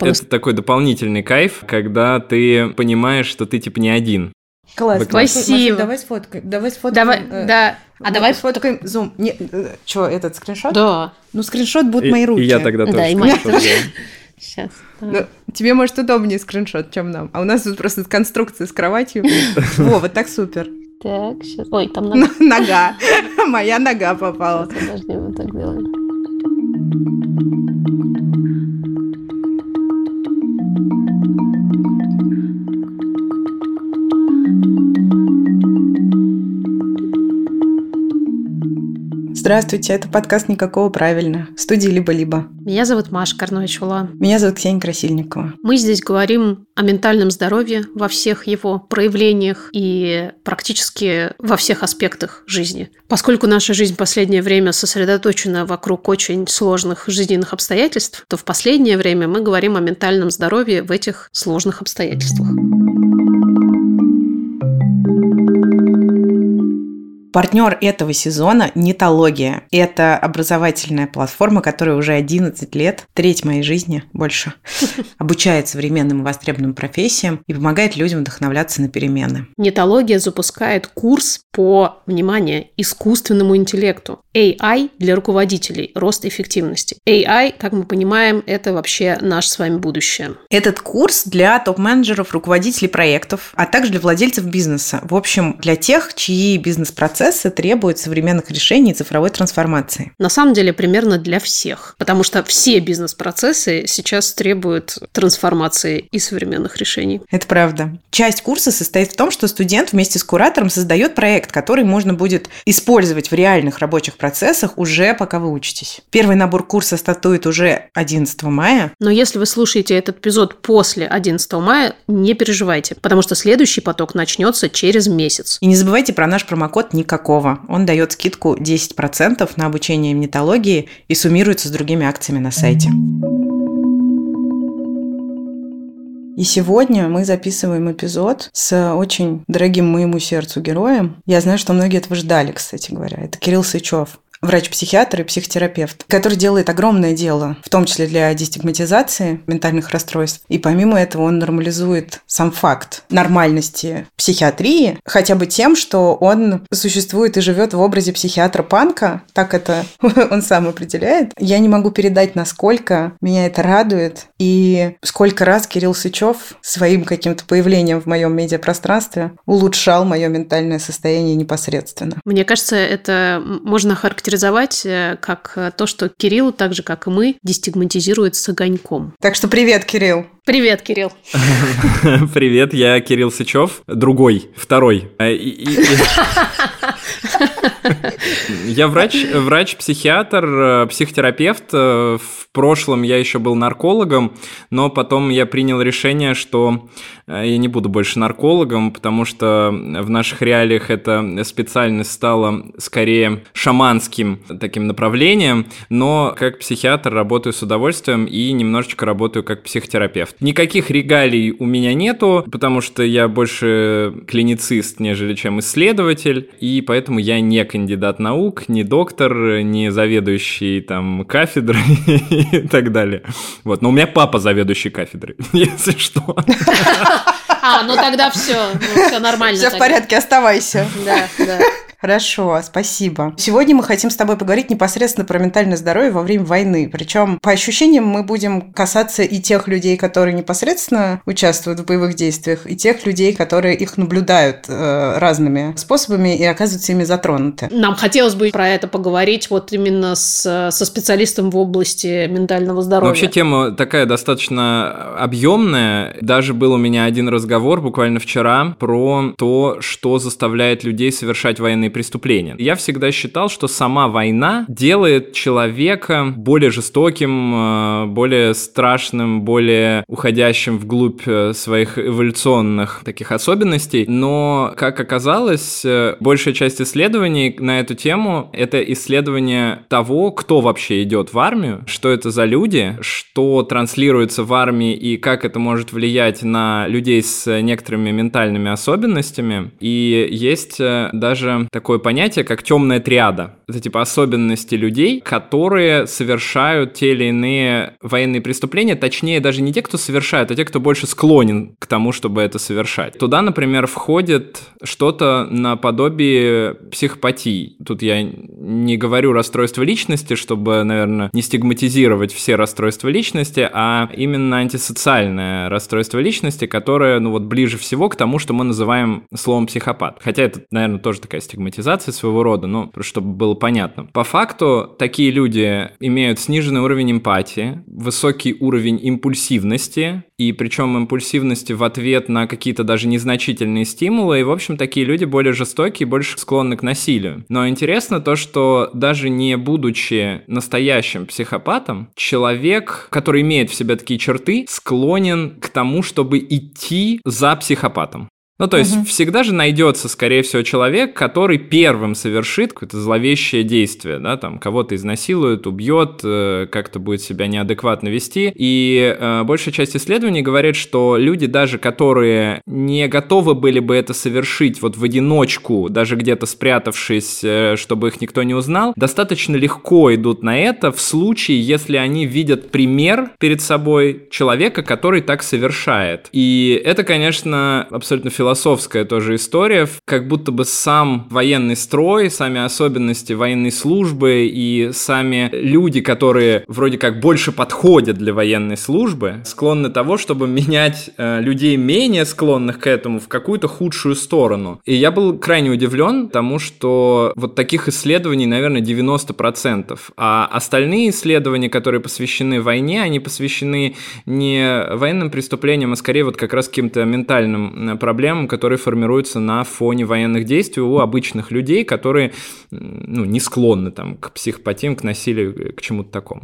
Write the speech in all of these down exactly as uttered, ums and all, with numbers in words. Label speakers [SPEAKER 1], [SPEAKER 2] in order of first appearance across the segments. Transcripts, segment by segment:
[SPEAKER 1] Это такой дополнительный кайф, когда ты понимаешь, что ты типа не один.
[SPEAKER 2] Класс,
[SPEAKER 3] спасибо.
[SPEAKER 2] Давай сфоткаем. Давай сфоткаем.
[SPEAKER 3] Давай, э, да. А
[SPEAKER 2] ну,
[SPEAKER 3] давай
[SPEAKER 2] сфоткаем зум. Не, э, что, этот скриншот?
[SPEAKER 3] Да.
[SPEAKER 2] Ну, скриншот будут
[SPEAKER 1] И,
[SPEAKER 2] мои руки.
[SPEAKER 1] И я тогда тоже
[SPEAKER 3] да, и
[SPEAKER 1] скриншот
[SPEAKER 3] мои тоже.
[SPEAKER 1] сделаю.
[SPEAKER 3] Сейчас.
[SPEAKER 2] Ну, тебе, может, удобнее скриншот, чем нам. А у нас тут просто конструкция с кроватью. Во, вот так супер.
[SPEAKER 3] Так, сейчас. Ой, там нога.
[SPEAKER 2] Нога. Моя нога попала.
[SPEAKER 3] Подожди, вот так делаем.
[SPEAKER 2] Здравствуйте, это подкаст «Никакого правильно». В студии «Либо-либо».
[SPEAKER 3] Меня зовут Маша Карнович-Улан.
[SPEAKER 2] Меня зовут Ксения Красильникова.
[SPEAKER 3] Мы здесь говорим о ментальном здоровье во всех его проявлениях и практически во всех аспектах жизни. Поскольку наша жизнь в последнее время сосредоточена вокруг очень сложных жизненных обстоятельств, то в последнее время мы говорим о ментальном здоровье в этих сложных обстоятельствах.
[SPEAKER 2] Партнер этого сезона – Нетология. Это образовательная платформа, которая уже одиннадцать лет, треть моей жизни больше, обучает современным и востребованным профессиям и помогает людям вдохновляться на перемены.
[SPEAKER 3] Нетология запускает курс по, внимание, искусственному интеллекту. эй ай для руководителей, рост эффективности. эй ай, как мы понимаем, это вообще наше с вами будущее.
[SPEAKER 2] Этот курс для топ-менеджеров, руководителей проектов, а также для владельцев бизнеса. В общем, для тех, чьи бизнес-процессы требуют современных решений и цифровой трансформации.
[SPEAKER 3] На самом деле, примерно для всех. Потому что все бизнес-процессы сейчас требуют трансформации и современных решений.
[SPEAKER 2] Это правда. Часть курса состоит в том, что студент вместе с куратором создает проект, который можно будет использовать в реальных рабочих процессах уже пока вы учитесь. Первый набор курса стартует уже одиннадцатого мая.
[SPEAKER 3] Но если вы слушаете этот эпизод после одиннадцатого мая, не переживайте, потому что следующий поток начнется через месяц.
[SPEAKER 2] И не забывайте про наш промокод «Никакого». Он дает скидку десять процентов на обучение нетологии и суммируется с другими акциями на сайте. И сегодня мы записываем эпизод с очень дорогим моему сердцу героем. Я знаю, что многие этого ждали, кстати говоря. Это Кирилл Сычев, врач-психиатр и психотерапевт, который делает огромное дело, в том числе для дестигматизации ментальных расстройств. И помимо этого он нормализует сам факт нормальности психиатрии, хотя бы тем, что он существует и живет в образе психиатра-панка, так это он сам определяет. Я не могу передать, насколько меня это радует, и сколько раз Кирилл Сычев своим каким-то появлением в моем медиапространстве улучшал мое ментальное состояние непосредственно.
[SPEAKER 3] Мне кажется, это можно характеризовать как то, что Кирилл, так же, как и мы, дестигматизирует с огоньком.
[SPEAKER 2] Так что привет, Кирилл.
[SPEAKER 3] Привет, Кирилл.
[SPEAKER 1] Привет, я Кирилл Сычев, другой, второй. Я врач, врач-психиатр, психотерапевт. В прошлом я еще был наркологом, но потом я принял решение, что я не буду больше наркологом, потому что в наших реалиях эта специальность стала скорее шаманским таким направлением, но как психиатр работаю с удовольствием и немножечко работаю как психотерапевт. Никаких регалий у меня нету, потому что я больше клиницист, нежели чем исследователь, и поэтому я не кандидат наук, не доктор, не заведующий там кафедрой и так далее. Вот, но у меня папа заведующий кафедрой, если что.
[SPEAKER 3] А, ну тогда все, ну, все нормально.
[SPEAKER 2] Все в порядке, оставайся.
[SPEAKER 3] Да, да.
[SPEAKER 2] Хорошо, спасибо. Сегодня мы хотим с тобой поговорить непосредственно про ментальное здоровье во время войны. Причем, по ощущениям, мы будем касаться и тех людей, которые непосредственно участвуют в боевых действиях, и тех людей, которые их наблюдают э, разными способами и оказываются ими затронуты.
[SPEAKER 3] Нам хотелось бы про это поговорить вот именно с, со специалистом в области ментального здоровья.
[SPEAKER 1] Вообще тема такая достаточно объемная. Даже был у меня один разговор буквально вчера про то, что заставляет людей совершать военные преступления. Я всегда считал, что сама война делает человека более жестоким, более страшным, более уходящим вглубь своих эволюционных таких особенностей. Но, как оказалось, большая часть исследований на эту тему — это исследование того, кто вообще идет в армию, что это за люди, что транслируется в армии и как это может влиять на людей с некоторыми ментальными особенностями. И есть даже такой такое понятие, как темная триада. Это типа особенности людей, которые совершают те или иные военные преступления, точнее, даже не те, кто совершает, а те, кто больше склонен к тому, чтобы это совершать. Туда, например, входит что-то наподобие психопатии. Тут я не говорю расстройство личности, чтобы, наверное, не стигматизировать все расстройства личности, а именно антисоциальное расстройство личности, которое, ну вот, ближе всего к тому, что мы называем словом психопат. Хотя это, наверное, тоже такая стигматизация своего рода, но просто чтобы было понятно. По факту, такие люди имеют сниженный уровень эмпатии, высокий уровень импульсивности, и причем импульсивности в ответ на какие-то даже незначительные стимулы, и, в общем, такие люди более жестокие, больше склонны к насилию. Но интересно то, что даже не будучи настоящим психопатом, человек, который имеет в себе такие черты, склонен к тому, чтобы идти за психопатом. Ну, то есть, угу. всегда же найдется, скорее всего, человек, который первым совершит какое-то зловещее действие, да, там, кого-то изнасилует, убьет, э, как-то будет себя неадекватно вести. И э, большая часть исследований говорит, что люди, даже которые не готовы были бы это совершить вот в одиночку, даже где-то спрятавшись, э, чтобы их никто не узнал, достаточно легко идут на это в случае, если они видят пример перед собой человека, который так совершает. И это, конечно, абсолютно философия. Философская тоже история, как будто бы сам военный строй, сами особенности военной службы и сами люди, которые вроде как больше подходят для военной службы, склонны того, чтобы менять э, людей менее склонных к этому в какую-то худшую сторону. И я был крайне удивлен тому, что вот таких исследований, наверное, девяносто процентов, а остальные исследования, которые посвящены войне, они посвящены не военным преступлениям, а скорее вот как раз каким-то ментальным проблемам, которые формируются на фоне военных действий у обычных людей, которые, ну, не склонны там, к психопатиям, к насилию, к чему-то такому.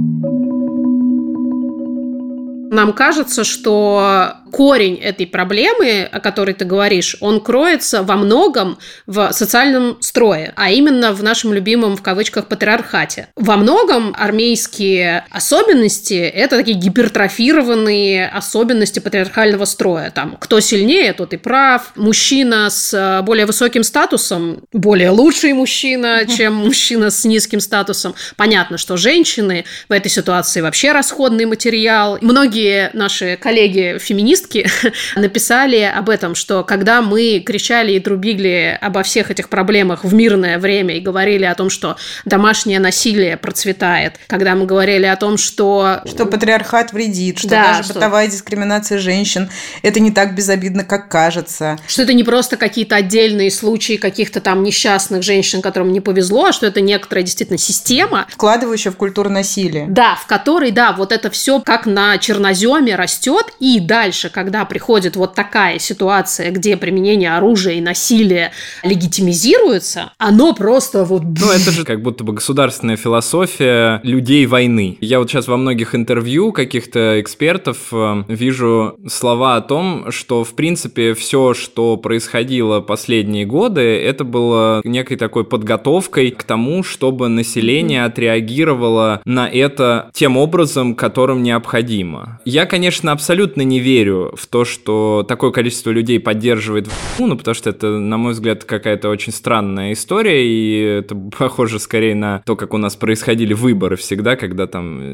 [SPEAKER 3] Нам кажется, что корень этой проблемы, о которой ты говоришь, он кроется во многом в социальном строе, а именно в нашем любимом, в кавычках, патриархате. Во многом армейские особенности – это такие гипертрофированные особенности патриархального строя. Там, кто сильнее, тот и прав. Мужчина с более высоким статусом – более лучший мужчина, чем мужчина с низким статусом. Понятно, что женщины в этой ситуации вообще расходный материал. Многие наши коллеги-феминистки написали об этом, что когда мы кричали и трубили обо всех этих проблемах в мирное время и говорили о том, что домашнее насилие процветает, когда мы говорили о том, что...
[SPEAKER 2] Что патриархат вредит, что
[SPEAKER 3] да,
[SPEAKER 2] даже что... бытовая дискриминация женщин – это не так безобидно, как кажется.
[SPEAKER 3] Что это не просто какие-то отдельные случаи каких-то там несчастных женщин, которым не повезло, а что это некоторая действительно система.
[SPEAKER 2] Вкладывающая в культуру насилия.
[SPEAKER 3] Да, в которой, да, вот это все как на черноземе растет, и дальше, когда приходит вот такая ситуация, где применение оружия и насилия легитимизируется, оно просто вот...
[SPEAKER 1] Ну, это же как будто бы государственная философия людей войны. Я вот сейчас во многих интервью каких-то экспертов вижу слова о том, что, в принципе, все, что происходило последние годы, это было некой такой подготовкой к тому, чтобы население отреагировало на это тем образом, которым необходимо. Я, конечно, абсолютно не верю в то, что такое количество людей поддерживает войну, ну, потому что это, на мой взгляд, какая-то очень странная история, и это похоже скорее на то, как у нас происходили выборы всегда, когда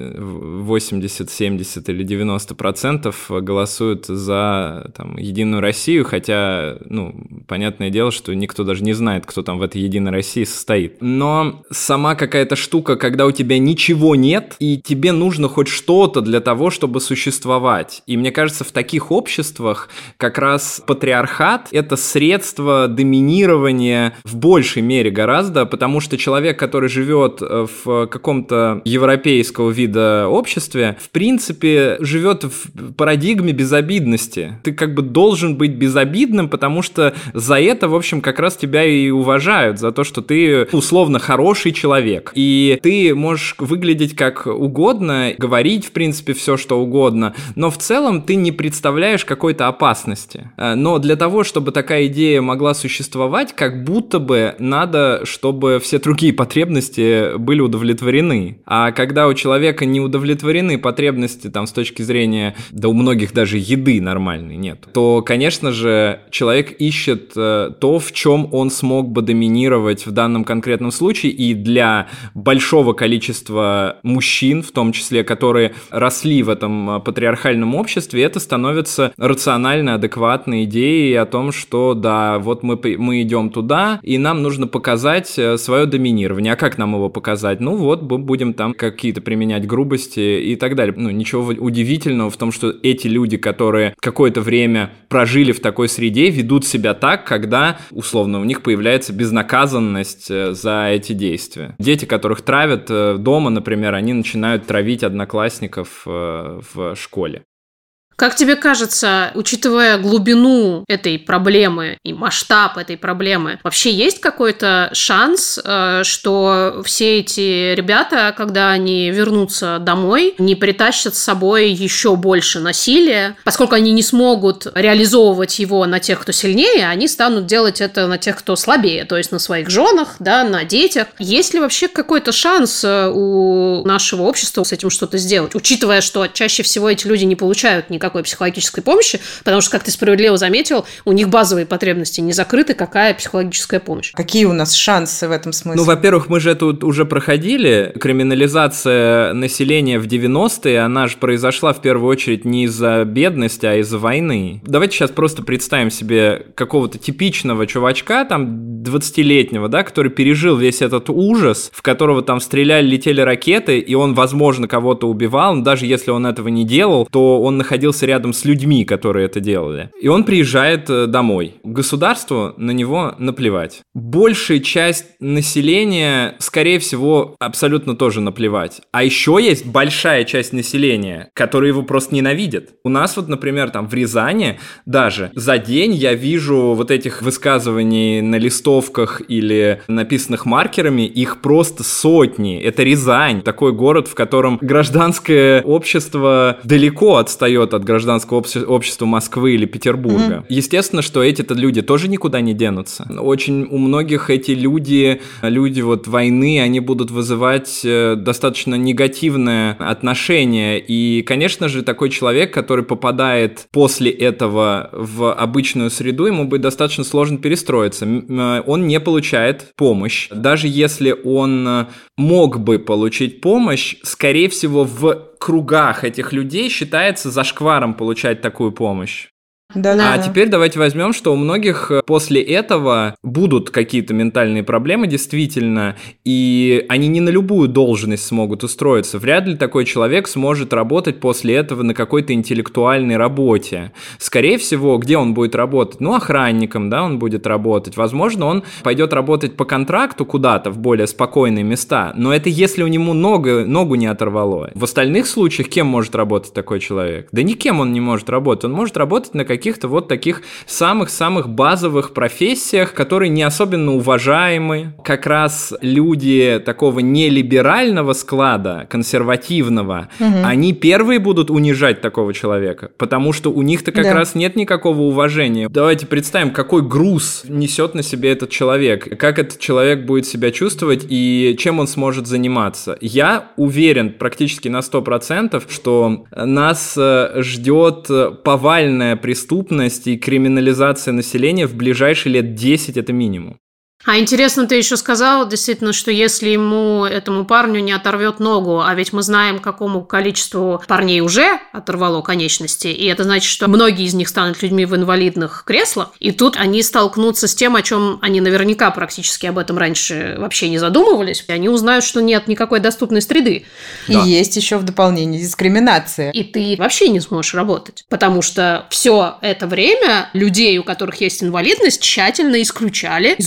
[SPEAKER 1] там восемьдесят, семьдесят или девяносто процентов голосуют за там, Единую Россию, хотя, ну, понятное дело, что никто даже не знает, кто там в этой Единой России состоит. Но сама какая-то штука, когда у тебя ничего нет, и тебе нужно хоть что-то для того, чтобы существовать. И мне кажется, в таких обществах как раз патриархат — это средство доминирования в большей мере гораздо, потому что человек, который живет в каком-то европейского вида обществе, в принципе, живет в парадигме безобидности. Ты как бы должен быть безобидным, потому что за это, в общем, как раз тебя и уважают, за то, что ты условно хороший человек. И ты можешь выглядеть как угодно, говорить, в принципе, все, что угодно, угодно, но в целом ты не представляешь какой-то опасности. Но для того, чтобы такая идея могла существовать, как будто бы надо, чтобы все другие потребности были удовлетворены. А когда у человека не удовлетворены потребности там, с точки зрения, да у многих даже еды нормальной нет, то, конечно же, человек ищет э, то, в чем он смог бы доминировать в данном конкретном случае, и для большого количества мужчин, в том числе, которые росли в этом патриархальном обществе, это становится рационально адекватной идеей о том, что да, вот мы, мы идем туда, и нам нужно показать свое доминирование. А как нам его показать? Ну вот, будем там какие-то применять грубости и так далее. Ну, ничего удивительного в том, что эти люди, которые какое-то время прожили в такой среде, ведут себя так, когда, условно, у них появляется безнаказанность за эти действия. Дети, которых травят дома, например, они начинают травить одноклассников в школе.
[SPEAKER 3] Как тебе кажется, учитывая глубину этой проблемы и масштаб этой проблемы, вообще есть какой-то шанс, что все эти ребята, когда они вернутся домой, не притащат с собой еще больше насилия, поскольку они не смогут реализовывать его на тех, кто сильнее, они станут делать это на тех, кто слабее, то есть на своих женах, да, на детях. Есть ли вообще какой-то шанс у нашего общества с этим что-то сделать, учитывая, что чаще всего эти люди не получают никакой никакой психологической помощи, потому что, как ты справедливо заметил, у них базовые потребности не закрыты, какая психологическая помощь.
[SPEAKER 2] Какие у нас шансы в этом смысле?
[SPEAKER 1] Ну, во-первых, мы же это уже проходили. Криминализация населения в девяностые, она же произошла в первую очередь не из-за бедности, а из-за войны. Давайте сейчас просто представим себе какого-то типичного чувачка, там, двадцатилетнего, да, который пережил весь этот ужас, в которого там стреляли, летели ракеты, и он, возможно, кого-то убивал, но даже если он этого не делал, то он находился рядом с людьми, которые это делали. И он приезжает домой. Государству на него наплевать. Большая часть населения, скорее всего, абсолютно тоже наплевать. А еще есть большая часть населения, которые его просто ненавидят. У нас вот, например, там в Рязани даже за день я вижу вот этих высказываний на листовках или написанных маркерами, их просто сотни. Это Рязань, такой город, в котором гражданское общество далеко отстает от гражданского общества Москвы или Петербурга. Mm-hmm. Естественно, что эти-то люди тоже никуда не денутся. Очень у многих эти люди, люди вот войны, они будут вызывать достаточно негативное отношение. И, конечно же, такой человек, который попадает после этого в обычную среду, ему будет достаточно сложно перестроиться. Он не получает помощь. Даже если он мог бы получить помощь, скорее всего, в кругах этих людей считается зашкваром получать такую помощь.
[SPEAKER 2] Да,
[SPEAKER 1] а
[SPEAKER 2] да.
[SPEAKER 1] теперь давайте возьмем, что у многих после этого будут какие-то ментальные проблемы действительно, и они не на любую должность смогут устроиться. Вряд ли такой человек сможет работать после этого на какой-то интеллектуальной работе. Скорее всего, где он будет работать? Ну, охранником, да, он будет работать. Возможно, он пойдет работать по контракту куда-то в более спокойные места, но это если у него ногу, ногу не оторвало. В остальных случаях кем может работать такой человек? Да никем он не может работать. Он может работать на каких каких-то вот таких самых-самых базовых профессиях, которые не особенно уважаемы. Как раз люди такого нелиберального склада, консервативного, угу. они первые будут унижать такого человека, потому что у них-то как да. раз нет никакого уважения. Давайте представим, какой груз несет на себе этот человек, как этот человек будет себя чувствовать и чем он сможет заниматься. Я уверен практически на сто процентов, что нас ждет повальная преступность и криминализация населения в ближайшие лет десять, это минимум.
[SPEAKER 3] А интересно, ты еще сказал, действительно, что если ему, этому парню, не оторвет ногу, а ведь мы знаем, какому количеству парней уже оторвало конечности, и это значит, что многие из них станут людьми в инвалидных креслах, и тут они столкнутся с тем, о чем они наверняка практически об этом раньше вообще не задумывались, и они узнают, что нет никакой доступной среды.
[SPEAKER 2] И да. есть еще в дополнение дискриминация.
[SPEAKER 3] И ты вообще не сможешь работать, потому что все это время людей, у которых есть инвалидность, тщательно исключали из общества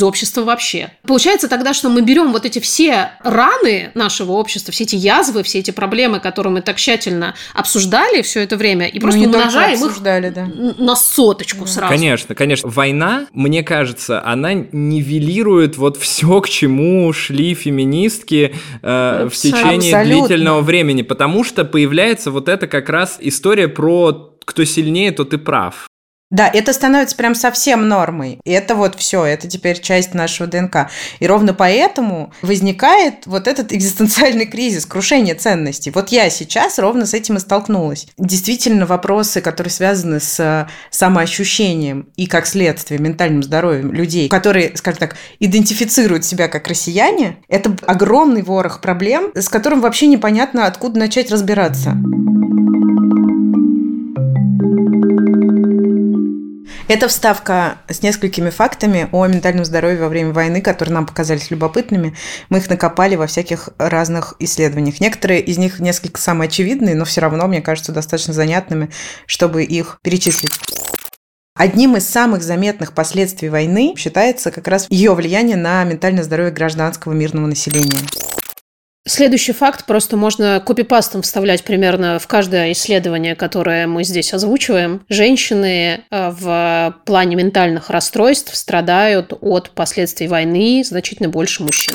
[SPEAKER 3] вообще. Получается тогда, что мы берем вот эти все раны нашего общества, все эти язвы, все эти проблемы, которые мы так тщательно обсуждали все это время, и просто
[SPEAKER 2] ну,
[SPEAKER 3] умножаем их
[SPEAKER 2] да.
[SPEAKER 3] на соточку да. сразу.
[SPEAKER 1] Конечно, конечно. Война, мне кажется, она нивелирует вот все, к чему шли феминистки э, в течение Абсолютно. длительного времени, потому что появляется вот это как раз история про «кто сильнее, тот и прав».
[SPEAKER 2] Да, это становится прям совсем нормой. И это вот все, это теперь часть нашего ДНК. И ровно поэтому возникает вот этот экзистенциальный кризис, крушение ценностей. Вот я сейчас ровно с этим и столкнулась. Действительно, вопросы, которые связаны с самоощущением и, как следствие, ментальным здоровьем людей, которые, скажем так, идентифицируют себя как россияне, это огромный ворох проблем, с которым вообще непонятно, откуда начать разбираться. Это вставка с несколькими фактами о ментальном здоровье во время войны, которые нам показались любопытными. Мы их накопали во всяких разных исследованиях. Некоторые из них несколько самые очевидные, но все равно, мне кажется, достаточно занятными, чтобы их перечислить. Одним из самых заметных последствий войны считается как раз ее влияние на ментальное здоровье гражданского мирного населения.
[SPEAKER 3] Следующий факт просто можно копипастом вставлять примерно в каждое исследование, которое мы здесь озвучиваем. Женщины в плане ментальных расстройств страдают от последствий войны значительно больше мужчин.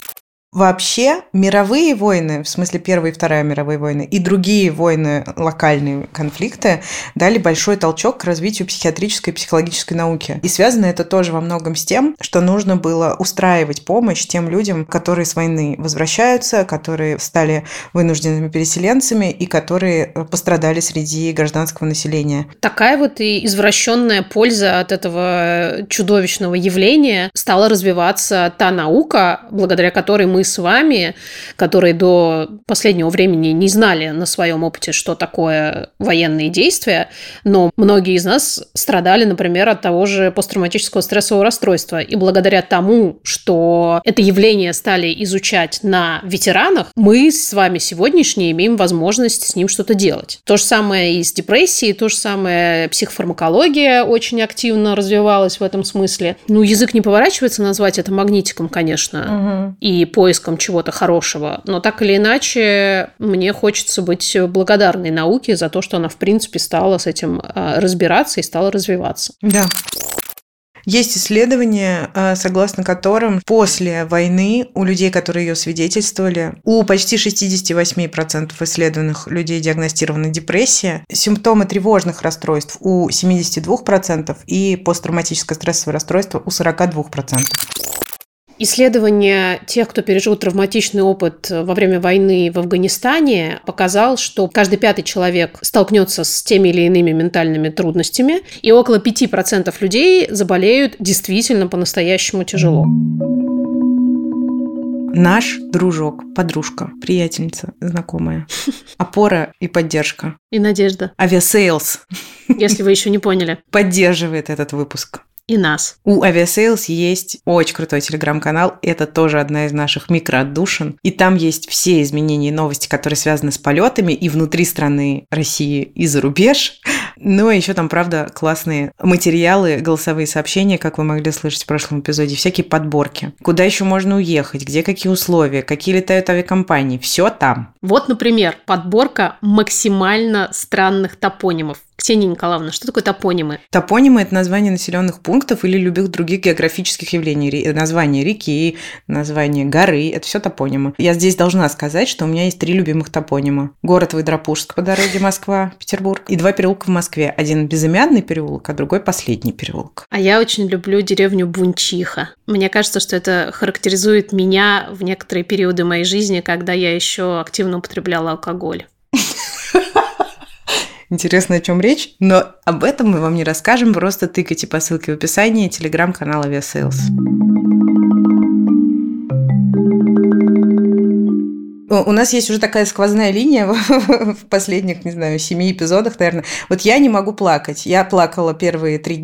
[SPEAKER 2] Вообще, мировые войны, в смысле Первая и Вторая мировые войны, и другие войны, локальные конфликты, дали большой толчок к развитию психиатрической и психологической науки. И связано это тоже во многом с тем, что нужно было устраивать помощь тем людям, которые с войны возвращаются, которые стали вынужденными переселенцами и которые пострадали среди гражданского населения.
[SPEAKER 3] Такая вот и извращенная польза от этого чудовищного явления стала развиваться та наука, благодаря которой мы с вами, которые до последнего времени не знали на своем опыте, что такое военные действия, но многие из нас страдали, например, от того же посттравматического стрессового расстройства. И благодаря тому, что это явление стали изучать на ветеранах, мы с вами сегодняшние имеем возможность с ним что-то делать. То же самое и с депрессией, то же самое психофармакология очень активно развивалась в этом смысле. Ну, язык не поворачивается назвать это магнитиком, конечно, угу. и по поиском чего-то хорошего. Но так или иначе, мне хочется быть благодарной науке за то, что она, в принципе, стала с этим разбираться и стала развиваться.
[SPEAKER 2] Да. Есть исследования, согласно которым после войны у людей, которые ее свидетельствовали, у почти шестьдесят восемь процентов исследованных людей диагностирована депрессия, симптомы тревожных расстройств у семьдесят два процента и посттравматическое стрессовое расстройство у сорок два процента.
[SPEAKER 3] Исследование тех, кто пережил травматичный опыт во время войны в Афганистане, показал, что каждый пятый человек столкнется с теми или иными ментальными трудностями, и около пяти процентов людей заболеют действительно по-настоящему тяжело.
[SPEAKER 2] Наш дружок, подружка, приятельница, знакомая, опора и поддержка.
[SPEAKER 3] И надежда.
[SPEAKER 2] Авиасейлс.
[SPEAKER 3] Если вы еще не поняли.
[SPEAKER 2] Поддерживает этот выпуск.
[SPEAKER 3] И нас.
[SPEAKER 2] У Aviasales есть очень крутой телеграм-канал. Это тоже одна из наших микроотдушин. И там есть все изменения и новости, которые связаны с полетами и внутри страны России, и за рубеж. Ну, и еще там, правда, классные материалы, голосовые сообщения, как вы могли слышать в прошлом эпизоде, всякие подборки. Куда еще можно уехать, где какие условия, какие летают авиакомпании. Все там.
[SPEAKER 3] Вот, например, подборка максимально странных топонимов. Ксения Николаевна, что такое топонимы?
[SPEAKER 2] Топонимы – это название населенных пунктов или любых других географических явлений. Название реки, название горы – это все топонимы. Я здесь должна сказать, что у меня есть три любимых топонима. Город Выдропужск по дороге Москва-Петербург и два переулка в Москве. Один безымянный переулок, а другой последний переулок.
[SPEAKER 3] А я очень люблю деревню Бунчиха. Мне кажется, что это характеризует меня в некоторые периоды моей жизни, когда я еще активно употребляла алкоголь.
[SPEAKER 2] Интересно, о чем речь, но об этом мы вам не расскажем, просто тыкайте по ссылке в описании телеграм-канала Aviasales. У нас есть уже такая сквозная линия в последних, не знаю, семи эпизодах, наверное. Вот я не могу плакать. Я плакала первые три дня,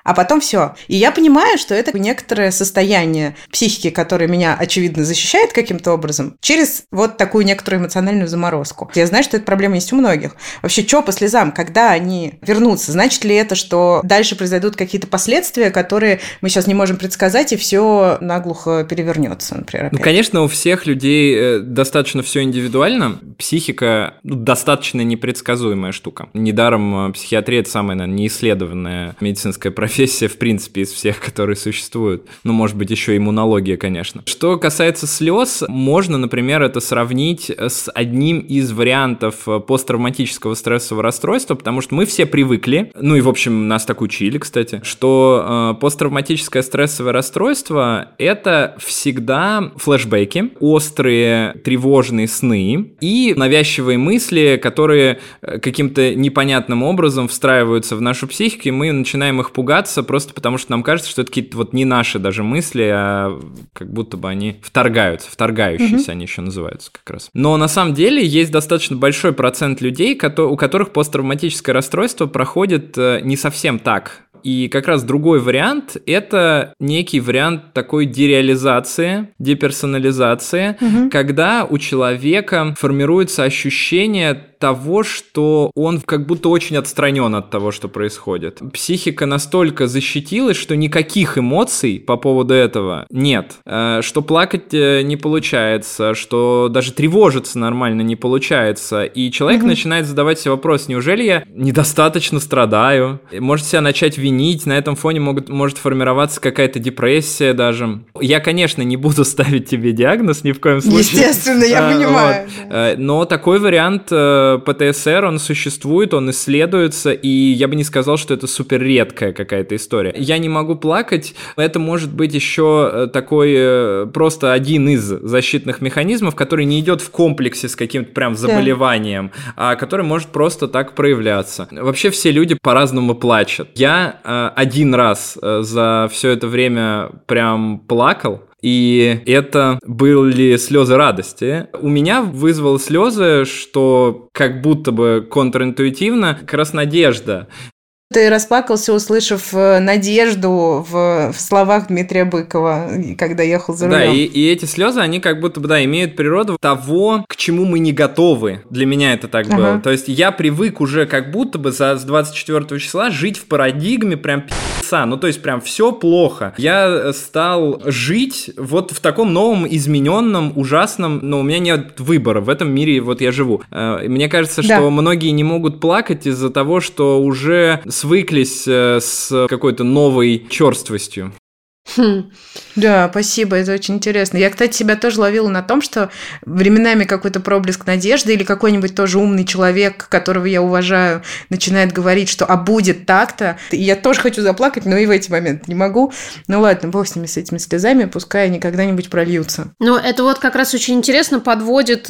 [SPEAKER 2] а потом все. И я понимаю, что это некоторое состояние психики, которое меня, очевидно, защищает каким-то образом, через вот такую некоторую эмоциональную заморозку. Я знаю, что эта проблема есть у многих. Вообще, что по слезам, когда они вернутся? Значит ли это, что дальше произойдут какие-то последствия, которые мы сейчас не можем предсказать, и все наглухо перевернется, например, опять?
[SPEAKER 1] Ну, конечно, у всех людей достаточно все индивидуально. Психика ну, достаточно непредсказуемая штука. Недаром психиатрия – это самая, наверное, неисследованная медицинская профессия, в принципе, из всех, которые существуют. Ну, может быть, еще иммунология, конечно. Что касается слез, можно, например, это сравнить с одним из вариантов посттравматического стрессового расстройства, потому что мы все привыкли, ну и, в общем, нас так учили, кстати, что э, посттравматическое стрессовое расстройство – это всегда флешбеки, острые тревожные сны и навязчивые мысли, которые каким-то непонятным образом встраиваются в нашу психику, и мы начинаем их пугаться просто потому, что нам кажется, что это какие-то вот не наши даже мысли, а как будто бы они вторгаются, вторгающиеся mm-hmm. они еще называются как раз. Но на самом деле есть достаточно большой процент людей, у которых посттравматическое расстройство проходит не совсем так. И как раз другой вариант – это некий вариант такой дереализации, деперсонализации, угу. когда у человека формируется ощущение того, что он как будто очень отстранен от того, что происходит. Психика настолько защитилась, что никаких эмоций по поводу этого нет. Что плакать не получается, что даже тревожиться нормально не получается. И человек угу. начинает задавать себе вопрос: неужели я недостаточно страдаю? Может себя начать винить, на этом фоне могут, может формироваться какая-то депрессия даже. Я, конечно, не буду ставить тебе диагноз ни в коем случае.
[SPEAKER 2] Естественно, я а, понимаю.
[SPEAKER 1] Вот. Да. Но такой вариант пэ тэ эс эр, он существует, он исследуется, и я бы не сказал, что это супер редкая какая-то история. Я не могу плакать, это может быть еще такой просто один из защитных механизмов, который не идет в комплексе с каким-то прям заболеванием, да. а который может просто так проявляться. Вообще все люди по-разному плачут. Я э, один раз э, за все это время прям плакал, и это были слезы радости. У меня вызвало слезы, что как будто бы контринтуитивно, как раз надежда.
[SPEAKER 2] Ты расплакался, услышав надежду в, в словах Дмитрия Быкова, когда ехал за рулем.
[SPEAKER 1] Да, и, и эти слезы, они как будто бы, да, имеют природу того, к чему мы не готовы. Для меня это так ага. было. То есть я привык уже как будто бы за, с двадцать четвёртого числа жить в парадигме прям пи***ца. Ну, то есть прям все плохо. Я стал жить вот в таком новом, измененном, ужасном, но у меня нет выбора. В этом мире вот я живу. Мне кажется, что да. многие не могут плакать из-за того, что уже свыклись с какой-то новой черствостью.
[SPEAKER 2] Хм. Да, спасибо, это очень интересно. Я, кстати, себя тоже ловила на том, что временами какой-то проблеск надежды или какой-нибудь тоже умный человек, которого я уважаю, начинает говорить, что «а будет так-то». И я тоже хочу заплакать, но и в эти моменты не могу. Ну ладно, бог с ними, с этими слезами, пускай они когда-нибудь прольются.
[SPEAKER 3] Ну, это вот как раз очень интересно подводит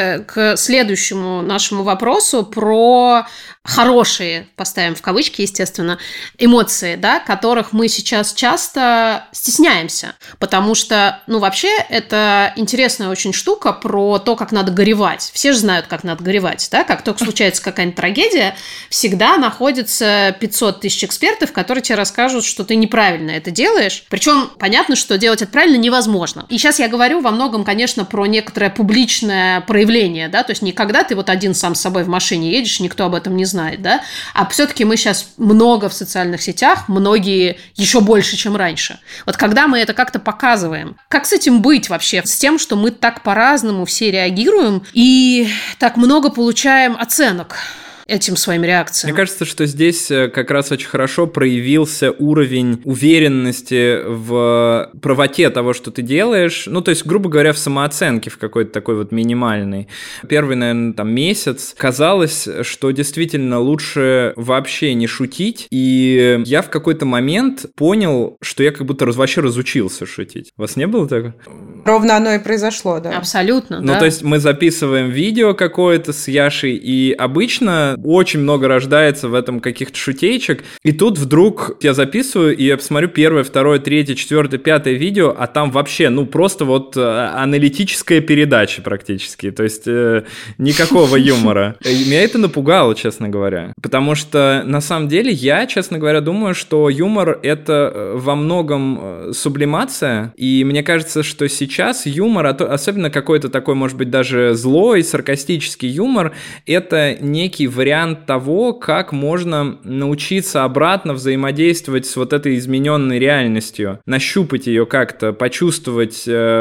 [SPEAKER 3] к следующему нашему вопросу про хорошие, поставим в кавычки, естественно, эмоции, да, которых мы сейчас часто стесняемся, потому что, ну, вообще, это интересная очень штука про то, как надо горевать. Все же знают, как надо горевать, да, как только случается какая-нибудь трагедия, всегда находится пятьсот тысяч экспертов, которые тебе расскажут, что ты неправильно это делаешь, причем понятно, что делать это правильно невозможно. И сейчас я говорю во многом, конечно, про некоторое публичное проявление, да, то есть не когда ты вот один сам с собой в машине едешь, никто об этом не знает, да, а все-таки мы сейчас много в социальных сетях, многие еще больше, чем раньше. Вот когда мы это как-то показываем, как с этим быть вообще? С тем, что мы так по-разному все реагируем и так много получаем оценок этим своим реакциям.
[SPEAKER 1] Мне кажется, что здесь как раз очень хорошо проявился уровень уверенности в правоте того, что ты делаешь. Ну, то есть, грубо говоря, в самооценке в какой-то такой вот минимальной. Первый, наверное, там месяц казалось, что действительно лучше вообще не шутить. И я в какой-то момент понял, что я как будто раз, вообще разучился шутить. У вас не было такого?
[SPEAKER 2] Ровно оно и произошло, да.
[SPEAKER 3] Абсолютно,
[SPEAKER 1] ну,
[SPEAKER 3] да.
[SPEAKER 1] Ну, то есть, мы записываем видео какое-то с Яшей, и обычно очень много рождается в этом каких-то шутеечек. И тут вдруг я записываю, и я посмотрю первое, второе, третье, четвертое, пятое видео, а там вообще, ну, просто вот аналитическая передача практически. То есть э, никакого юмора. И меня это напугало, честно говоря. Потому что, на самом деле, я, честно говоря, думаю, что юмор — это во многом сублимация. И мне кажется, что сейчас юмор, особенно какой-то такой, может быть, даже злой, саркастический юмор, это некий вариант того, как можно научиться обратно взаимодействовать с вот этой измененной реальностью, нащупать ее как-то, почувствовать,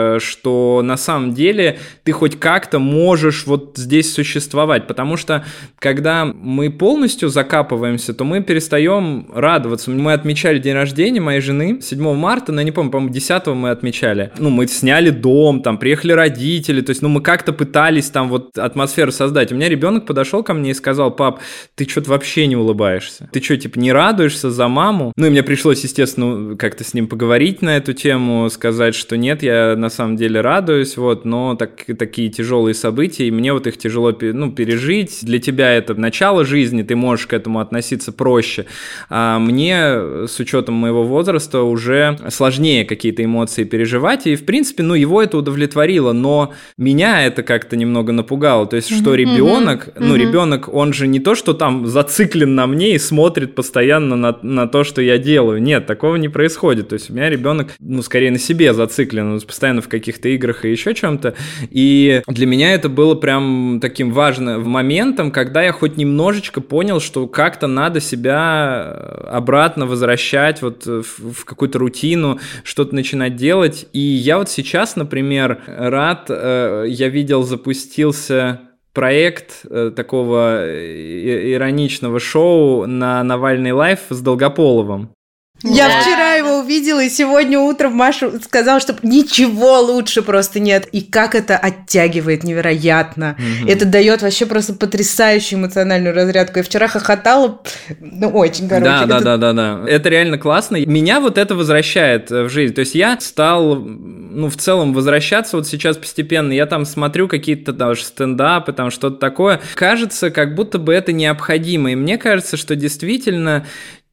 [SPEAKER 1] что на самом деле ты хоть как-то можешь вот здесь существовать, потому что когда мы полностью закапываемся, то мы перестаем радоваться. Мы отмечали день рождения моей жены седьмого марта, но я не помню, по-моему, десятого мы отмечали. Ну, мы сняли дом, там приехали родители, то есть, ну, мы как-то пытались там вот атмосферу создать. У меня ребенок подошел ко мне и сказал: пап, ты что-то вообще не улыбаешься? Ты что, типа, не радуешься за маму? Ну, и мне пришлось, естественно, как-то с ним поговорить на эту тему, сказать, что нет, я на самом деле радуюсь, вот, но так, такие тяжелые события, и мне вот их тяжело, ну, пережить. Для тебя это начало жизни, ты можешь к этому относиться проще. А мне, с учетом моего возраста, уже сложнее какие-то эмоции переживать, и, в принципе, ну, его это удовлетворило, но меня это как-то немного напугало, то есть, что ребенок, mm-hmm. ну, mm-hmm. ребенок, он же не то, что там зациклен на мне и смотрит постоянно на, на то, что я делаю, нет, такого не происходит, то есть, у меня ребенок, ну, скорее на себе зациклен, он постоянно в каких-то играх и еще чем-то, и для меня это было прям таким важным моментом, когда я хоть немножечко понял, что как-то надо себя обратно возвращать вот в, в какую-то рутину, что-то начинать делать, и я вот сейчас, например, рад, э, я видел, запустился проект э, такого ироничного шоу на Навальный Лайв с Долгополовым.
[SPEAKER 2] Я да. вчера его увидела, и сегодня утром Маша сказала, что ничего лучше просто нет. И как это оттягивает невероятно. Угу. Это дает вообще просто потрясающую эмоциональную разрядку. Я вчера хохотала, ну, очень, короче.
[SPEAKER 1] Да, да,
[SPEAKER 2] это...
[SPEAKER 1] да, да, да. Это реально классно. Меня вот это возвращает в жизнь. То есть я стал, ну, в целом возвращаться вот сейчас постепенно. Я там смотрю какие-то даже стендапы, там что-то такое. Кажется, как будто бы это необходимо. И мне кажется, что действительно...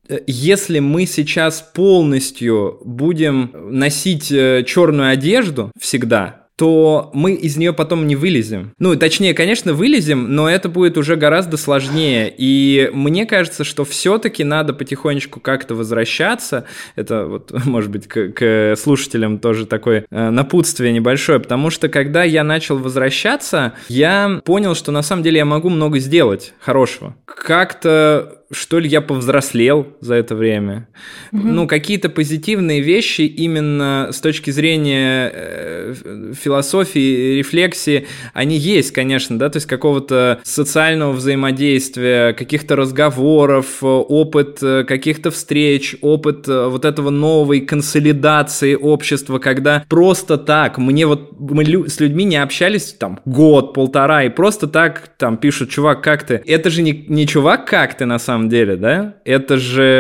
[SPEAKER 1] Если мы сейчас полностью будем носить черную одежду всегда, то мы из нее потом не вылезем. Ну, точнее, конечно, вылезем, но это будет уже гораздо сложнее. И мне кажется, что все-таки надо потихонечку как-то возвращаться. Это вот, может быть, к, к слушателям тоже такое э, напутствие небольшое, потому что когда я начал возвращаться, я понял, что на самом деле я могу много сделать хорошего. Как-то что ли, я повзрослел за это время. Mm-hmm. Ну, какие-то позитивные вещи именно с точки зрения э, философии, рефлексии, они есть, конечно, да, то есть какого-то социального взаимодействия, каких-то разговоров, опыт каких-то встреч, опыт вот этого новой консолидации общества, когда просто так, мне вот, мы с людьми не общались там год, полтора, и просто так там пишут: чувак, как ты? Это же не, не чувак, как ты на самом деле, да? Это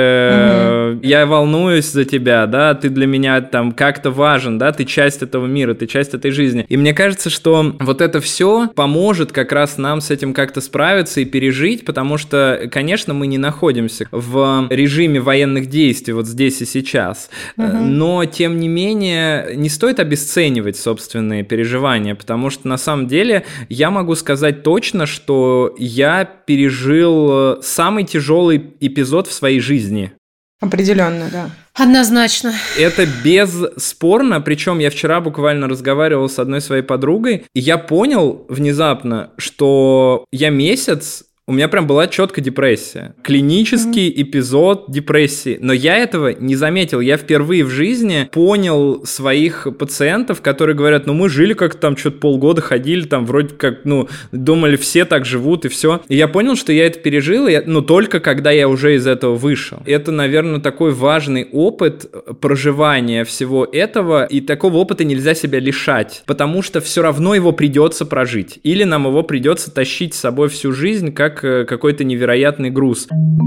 [SPEAKER 1] же угу. я волнуюсь за тебя, да, ты для меня там как-то важен, да, ты часть этого мира, ты часть этой жизни. И мне кажется, что вот это все поможет как раз нам с этим как-то справиться и пережить, потому что, конечно, мы не находимся в режиме военных действий вот здесь и сейчас, угу. но, тем не менее, не стоит обесценивать собственные переживания, потому что, на самом деле, я могу сказать точно, что я пережил самый тяжелый эпизод в своей жизни.
[SPEAKER 2] Определенно, да.
[SPEAKER 3] Однозначно.
[SPEAKER 1] Это бесспорно, причем я вчера буквально разговаривал с одной своей подругой, и я понял внезапно, что я месяц, у меня прям была четкая депрессия. Клинический mm-hmm. эпизод депрессии. Но я этого не заметил. Я впервые в жизни понял своих пациентов, которые говорят: ну мы жили как-то там что-то полгода, ходили там вроде как, ну, думали, все так живут и все. И я понял, что я это пережил, и, ну, только когда я уже из этого вышел. Это, наверное, такой важный опыт проживания всего этого, и такого опыта нельзя себя лишать, потому что все равно его придется прожить. Или нам его придется тащить с собой всю жизнь, как какой-то невероятный груз.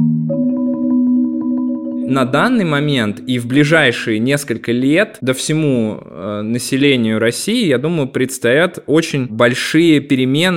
[SPEAKER 1] На данный момент и в ближайшие несколько лет да всему э, населению России, я думаю, предстоят очень большие перемены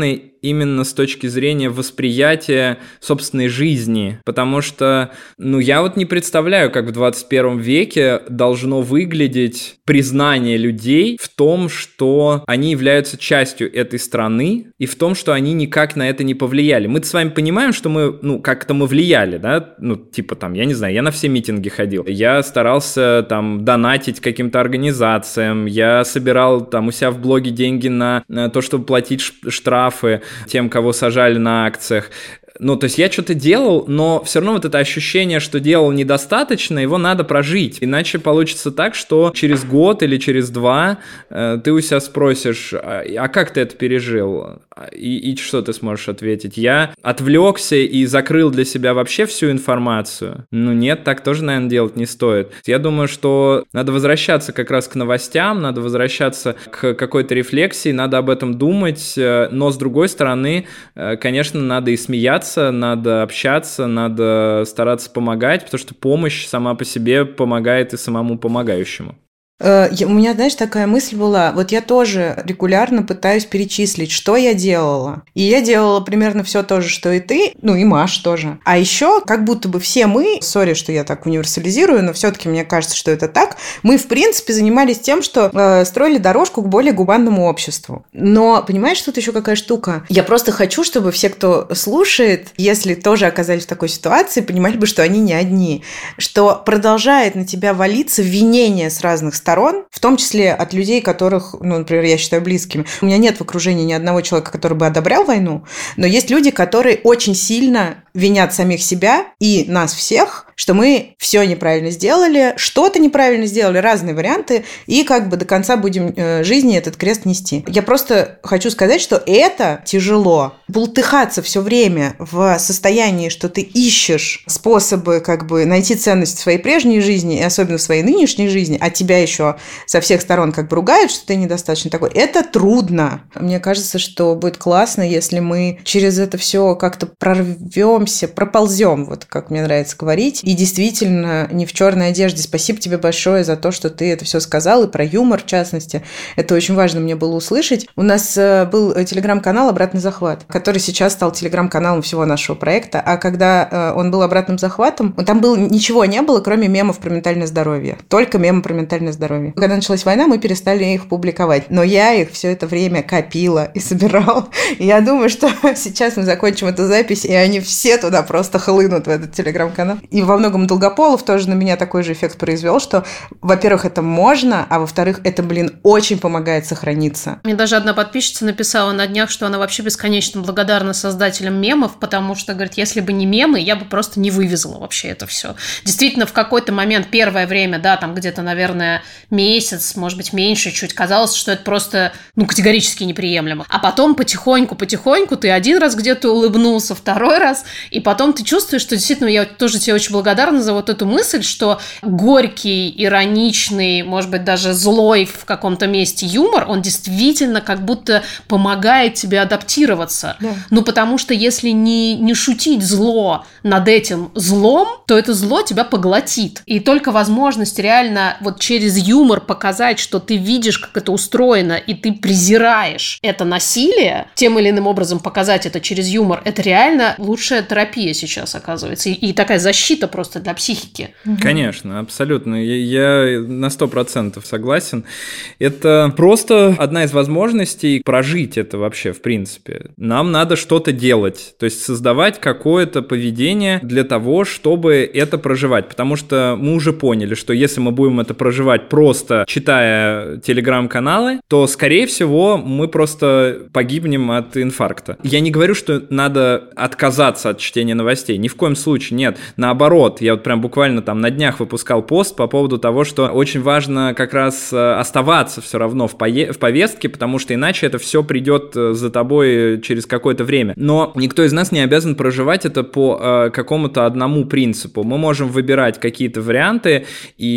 [SPEAKER 1] именно с точки зрения восприятия собственной жизни, потому что, ну, я вот не представляю, как в двадцать первом веке должно выглядеть признание людей в том, что они являются частью этой страны, и в том, что они никак на это не повлияли. Мы-то с вами понимаем, что мы, ну, как-то мы влияли, да, ну, типа там, я не знаю, я на все митинги ходил, я старался там донатить каким-то организациям, я собирал там у себя в блоге деньги на, на то, чтобы платить штрафы тем, кого сажали на акциях. Ну, то есть я что-то делал, но все равно вот это ощущение, что делал недостаточно, его надо прожить. Иначе получится так, что через год или через два э, ты у себя спросишь, а, а как ты это пережил? И, и что ты сможешь ответить? Я отвлекся и закрыл для себя вообще всю информацию? Ну нет, так тоже, наверное, делать не стоит. Я думаю, что надо возвращаться как раз к новостям, надо возвращаться к какой-то рефлексии, надо об этом думать, но с другой стороны, конечно, надо и смеяться, надо общаться, надо стараться помогать, потому что помощь сама по себе помогает и самому помогающему.
[SPEAKER 2] У меня, знаешь, такая мысль была, вот я тоже регулярно пытаюсь перечислить, что я делала. И я делала примерно все то же, что и ты, ну и Маш тоже. А еще как будто бы все мы, сори, что я так универсализирую, но все-таки мне кажется, что это так, мы, в принципе, занимались тем, что э, строили дорожку к более гуманному обществу. Но, понимаешь, тут еще какая штука? Я просто хочу, чтобы все, кто слушает, если тоже оказались в такой ситуации, понимали бы, что они не одни. Что продолжает на тебя валиться обвинение с разных сторон, сторон, в том числе от людей, которых, ну, например, я считаю близкими. У меня нет в окружении ни одного человека, который бы одобрял войну, но есть люди, которые очень сильно винят самих себя и нас всех, что мы все неправильно сделали, что-то неправильно сделали, разные варианты, и как бы до конца будем э, жизни этот крест нести. Я просто хочу сказать, что это тяжело. Бултыхаться все время в состоянии, что ты ищешь способы как бы найти ценность в своей прежней жизни, и особенно в своей нынешней жизни, а тебя еще со всех сторон как бы ругают, что ты недостаточно такой. Это трудно. Мне кажется, что будет классно, если мы через это все как-то прорвемся, проползем, вот как мне нравится говорить, и действительно не в черной одежде. Спасибо тебе большое за то, что ты это все сказал, и про юмор, в частности. Это очень важно мне было услышать. У нас был телеграм-канал «Обратный захват», который сейчас стал телеграм-каналом всего нашего проекта, а когда он был обратным захватом, там было, ничего не было, кроме мемов про ментальное здоровье. Только мемы про ментальное здоровье. Когда началась война, мы перестали их публиковать. Но я их все это время копила и собирала. И я думаю, что сейчас мы закончим эту запись, и они все туда просто хлынут в этот телеграм-канал. И во многом Долгополов тоже на меня такой же эффект произвел, что, во-первых, это можно, а во-вторых, это, блин, очень помогает сохраниться.
[SPEAKER 3] Мне даже одна подписчица написала на днях, что она вообще бесконечно благодарна создателям мемов, потому что, говорит, если бы не мемы, я бы просто не вывезла вообще это все. Действительно, в какой-то момент, первое время, да, там где-то, наверное, месяц, может быть, меньше чуть, казалось, что это просто, ну, категорически неприемлемо. А потом потихоньку-потихоньку ты один раз где-то улыбнулся, второй раз, и потом ты чувствуешь, что действительно, я тоже тебе очень благодарна за вот эту мысль, что горький, ироничный, может быть, даже злой в каком-то месте юмор, он действительно как будто помогает тебе адаптироваться. Да. Ну, потому что если не, не шутить зло над этим злом, то это зло тебя поглотит. И только возможность реально вот через юмор показать, что ты видишь, как это устроено, и ты презираешь это насилие, тем или иным образом показать это через юмор, это реально лучшая терапия сейчас, оказывается. И, и такая защита просто для психики.
[SPEAKER 1] Конечно, абсолютно. Я, я на сто процентов согласен. Это просто одна из возможностей прожить это вообще, в принципе. Нам надо что-то делать, то есть создавать какое-то поведение для того, чтобы это проживать. Потому что мы уже поняли, что если мы будем это проживать просто читая телеграм-каналы, то, скорее всего, мы просто погибнем от инфаркта. Я не говорю, что надо отказаться от чтения новостей. Ни в коем случае нет. Наоборот, я вот прям буквально там на днях выпускал пост по поводу того, что очень важно как раз оставаться все равно в, пое- в повестке, потому что иначе это все придет за тобой через какое-то время. Но никто из нас не обязан проживать это по э, какому-то одному принципу. Мы можем выбирать какие-то варианты,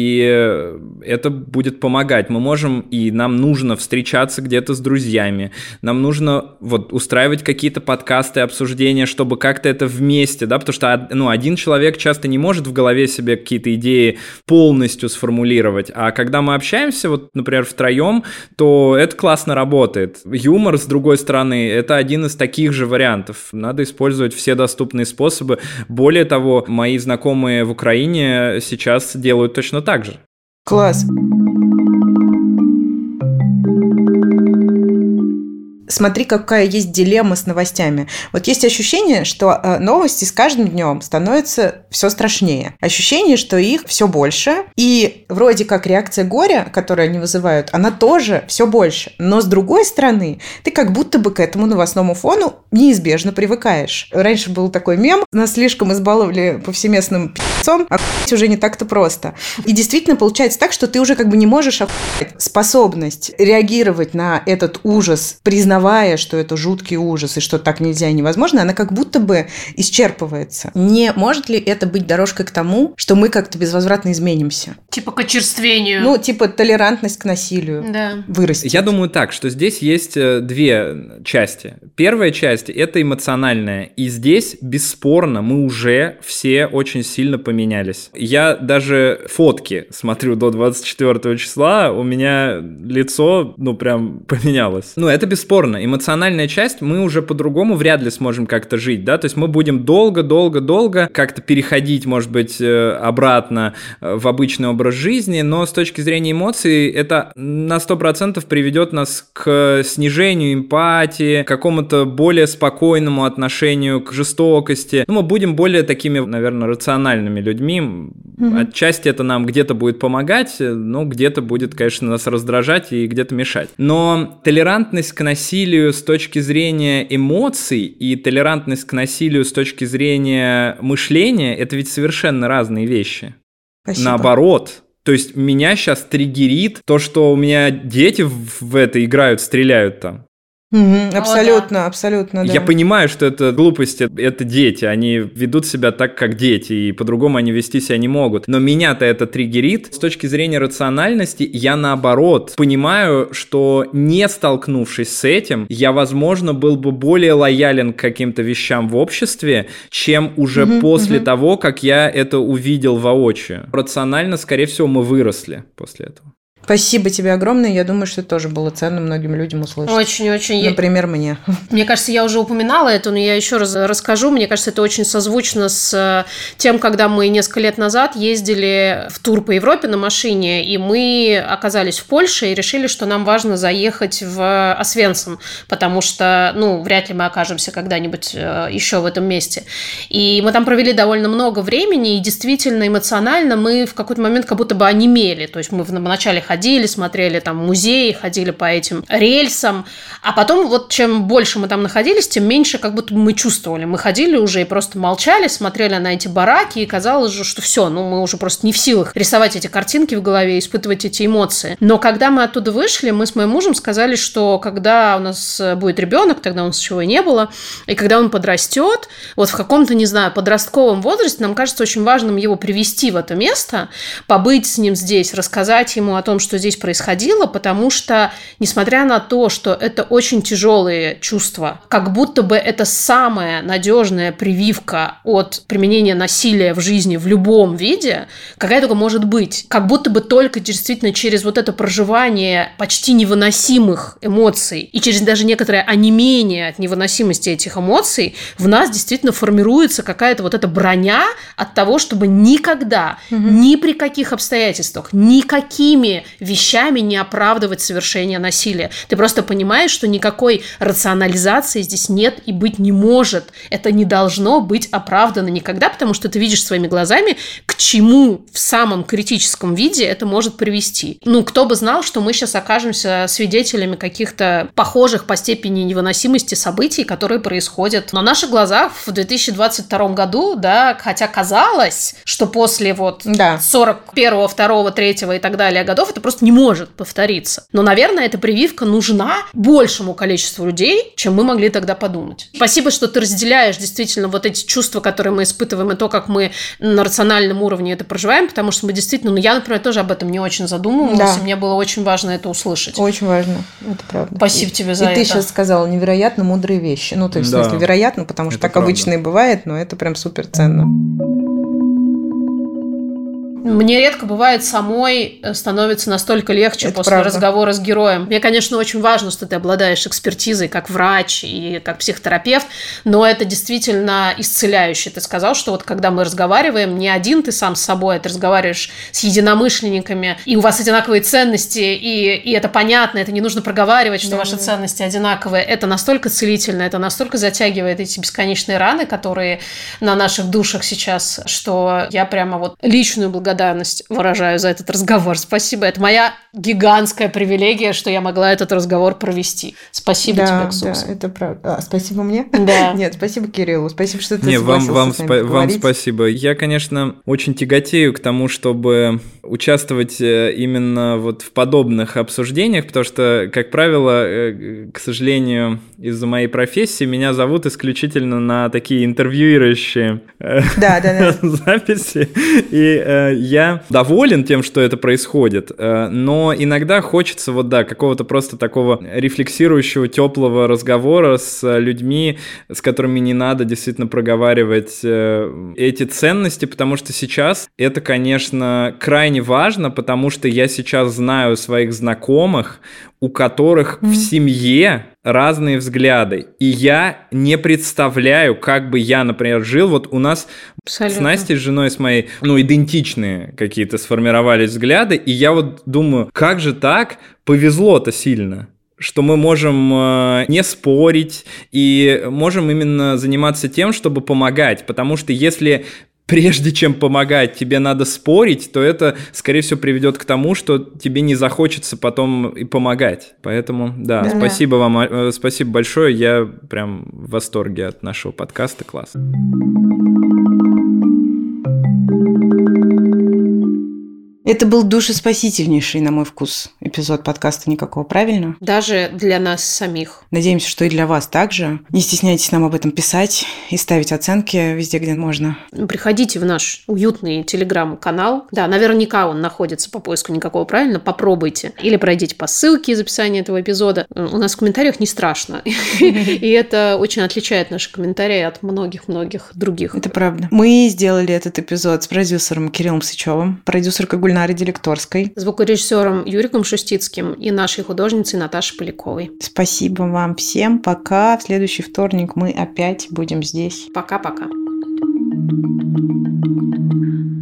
[SPEAKER 1] и это будет помогать. Мы можем, и нам нужно встречаться где-то с друзьями, нам нужно вот устраивать какие-то подкасты, обсуждения, чтобы как-то это вместе, да, потому что, ну, один человек часто не может в голове себе какие-то идеи полностью сформулировать, а когда мы общаемся, вот, например, втроем, то это классно работает. Юмор, с другой стороны, это один из таких же вариантов. Надо использовать все доступные способы. Более того, мои знакомые в Украине сейчас делают точно так же.
[SPEAKER 2] Класс. Смотри, какая есть дилемма с новостями. Вот есть ощущение, что новости с каждым днем становятся все страшнее. Ощущение, что их все больше. И вроде как реакция горя, которую они вызывают, она тоже все больше. Но с другой стороны, ты как будто бы к этому новостному фону неизбежно привыкаешь. Раньше был такой мем. Нас слишком избаловали повсеместным пи***цом, а охуеть уже не так-то просто. И действительно получается так, что ты уже как бы не можешь охуеть. Способность реагировать на этот ужас, признавать, что это жуткий ужас и что так нельзя и невозможно, она как будто бы исчерпывается. Не может ли это быть дорожкой к тому, что мы как-то безвозвратно изменимся?
[SPEAKER 3] Типа к очерствению.
[SPEAKER 2] Ну, типа толерантность к насилию.
[SPEAKER 3] Да.
[SPEAKER 2] Вырастет.
[SPEAKER 1] Я думаю так, что здесь есть две части. Первая часть – это эмоциональная. И здесь, бесспорно, мы уже все очень сильно поменялись. Я даже фотки смотрю до двадцать четвёртого числа, у меня лицо, ну, прям поменялось. Ну, это бесспорно. Эмоциональная часть, мы уже по-другому вряд ли сможем как-то жить, да, то есть мы будем долго-долго-долго как-то переходить, может быть, обратно в обычный образ жизни, но с точки зрения эмоций это на сто процентов приведет нас к снижению эмпатии, к какому-то более спокойному отношению к жестокости. Ну, мы будем более такими, наверное, рациональными людьми. Mm-hmm. Отчасти это нам где-то будет помогать, но где-то будет, конечно, нас раздражать и где-то мешать. Но толерантность к насилию с точки зрения эмоций и толерантность к насилию с точки зрения мышления – это ведь совершенно разные вещи.
[SPEAKER 2] Спасибо.
[SPEAKER 1] Наоборот. То есть меня сейчас триггерит то, что у меня дети в это играют, стреляют там.
[SPEAKER 2] Угу, абсолютно, О, да. абсолютно, да.
[SPEAKER 1] Я понимаю, что это глупость, это дети, они ведут себя так, как дети, и по-другому они вести себя не могут. Но меня-то это триггерит. С точки зрения рациональности, я наоборот понимаю, что не столкнувшись с этим, я, возможно, был бы более лоялен к каким-то вещам в обществе, чем уже угу, после угу. того, как я это увидел воочию. Рационально, скорее всего, мы выросли после этого.
[SPEAKER 2] Спасибо тебе огромное. Я думаю, что это тоже было ценно многим людям услышать.
[SPEAKER 3] Очень-очень.
[SPEAKER 2] Например, мне.
[SPEAKER 3] Мне кажется, я уже упоминала это, но я еще раз расскажу. Мне кажется, это очень созвучно с тем, когда мы несколько лет назад ездили в тур по Европе на машине, и мы оказались в Польше и решили, что нам важно заехать в Освенцим, потому что, ну, вряд ли мы окажемся когда-нибудь еще в этом месте. И мы там провели довольно много времени, и действительно эмоционально мы в какой-то момент как будто бы онемели. То есть мы вначале ходили Ходили, смотрели там музеи, ходили по этим рельсам, а потом вот чем больше мы там находились, тем меньше как будто мы чувствовали. Мы ходили уже и просто молчали, смотрели на эти бараки, и казалось же, что все, ну мы уже просто не в силах рисовать эти картинки в голове, испытывать эти эмоции. Но когда мы оттуда вышли, мы с моим мужем сказали, что когда у нас будет ребенок, тогда у нас еще и не было, и когда он подрастет, вот в каком-то, не знаю, подростковом возрасте, нам кажется очень важным его привести в это место, побыть с ним здесь, рассказать ему о том, что здесь происходило, потому что, несмотря на то, что это очень тяжелые чувства, как будто бы это самая надежная прививка от применения насилия в жизни в любом виде, какая только может быть. Как будто бы только действительно через вот это проживание почти невыносимых эмоций и через даже некоторое онемение от невыносимости этих эмоций в нас действительно формируется какая-то вот эта броня от того, чтобы никогда, угу. ни при каких обстоятельствах, никакими вещами не оправдывать совершение насилия. Ты просто понимаешь, что никакой рационализации здесь нет и быть не может. Это не должно быть оправдано никогда, потому что ты видишь своими глазами, к чему в самом критическом виде это может привести. Ну, кто бы знал, что мы сейчас окажемся свидетелями каких-то похожих по степени невыносимости событий, которые происходят на наших глазах в две тысячи двадцать втором году, да, хотя казалось, что после вот да. сорок первого, второго, третьего и так далее годов это это просто не может повториться. Но, наверное, эта прививка нужна большему количеству людей, чем мы могли тогда подумать. Спасибо, что ты разделяешь действительно вот эти чувства, которые мы испытываем, и то, как мы на рациональном уровне это проживаем, потому что мы действительно, ну, я, например, тоже об этом не очень задумывалась, да. И мне было очень важно это услышать.
[SPEAKER 2] Очень важно, это правда.
[SPEAKER 3] Спасибо и, тебе за
[SPEAKER 2] и
[SPEAKER 3] это.
[SPEAKER 2] И ты сейчас сказала невероятно мудрые вещи. Ну, то есть, да. В смысле, вероятно, потому что это так правда. Обычно и бывает, но это прям супер ценно.
[SPEAKER 3] Мне редко бывает самой становится настолько легче
[SPEAKER 2] это
[SPEAKER 3] после
[SPEAKER 2] правда.
[SPEAKER 3] разговора с героем. Мне, конечно, очень важно, что ты обладаешь экспертизой как врач и как психотерапевт, но это действительно исцеляюще. Ты сказал, что вот когда мы разговариваем, не один ты сам с собой, а ты разговариваешь с единомышленниками, и у вас одинаковые ценности, и, и это понятно, это не нужно проговаривать, что да, ваши да. ценности одинаковые. Это настолько целительно, это настолько затягивает эти бесконечные раны, которые на наших душах сейчас, что я прямо вот личную благодарность выражаю за этот разговор. Спасибо. Это моя гигантская привилегия, что я могла этот разговор провести. Спасибо
[SPEAKER 2] да,
[SPEAKER 3] тебе, Ксукс.
[SPEAKER 2] Да, это правда. А, спасибо мне?
[SPEAKER 3] Да.
[SPEAKER 2] Нет, спасибо Кириллу. Спасибо, что ты
[SPEAKER 1] Не,
[SPEAKER 2] согласился
[SPEAKER 1] вам, вам,
[SPEAKER 2] с нами
[SPEAKER 1] спа-
[SPEAKER 2] поговорить.
[SPEAKER 1] вам спасибо. Я, конечно, очень тяготею к тому, чтобы участвовать именно вот в подобных обсуждениях, потому что, как правило, к сожалению, из-за моей профессии меня зовут исключительно на такие интервьюирующие да, да, да. записи. И я доволен тем, что это происходит, но иногда хочется вот, да, какого-то просто такого рефлексирующего, теплого разговора с людьми, с которыми не надо действительно проговаривать эти ценности, потому что сейчас это, конечно, крайне важно, потому что я сейчас знаю своих знакомых, у которых mm. в семье разные взгляды. И я не представляю, как бы я, например, жил. Вот у нас Абсолютно. С Настей, с женой, с моей, ну, идентичные какие-то сформировались взгляды. И я вот думаю, как же так? Повезло-то сильно, что мы можем э, не спорить и можем именно заниматься тем, чтобы помогать. Потому что если прежде чем помогать, тебе надо спорить, то это, скорее всего, приведет к тому, что тебе не захочется потом и помогать. Поэтому, да, да. спасибо вам, э, спасибо большое. Я прям в восторге от нашего подкаста. Класс.
[SPEAKER 2] Это был душеспасительнейший, на мой вкус, эпизод подкаста «Никакого правильно».
[SPEAKER 3] Даже для нас самих.
[SPEAKER 2] Надеемся, что и для вас также. Не стесняйтесь нам об этом писать и ставить оценки везде, где можно.
[SPEAKER 3] Приходите в наш уютный телеграм-канал. Да, наверняка он находится по поиску «Никакого правильно». Попробуйте. Или пройдите по ссылке из описания этого эпизода. У нас в комментариях не страшно. И это очень отличает наши комментарии от многих-многих других.
[SPEAKER 2] Это правда. Мы сделали этот эпизод с продюсером Кириллом Сычевым, продюсеркой Гульнарой Делекторской,
[SPEAKER 3] звукорежиссером Юриком Шустицким и нашей художницей Наташей Поляковой.
[SPEAKER 2] Спасибо вам всем. Пока. В следующий вторник мы опять будем здесь.
[SPEAKER 3] Пока-пока.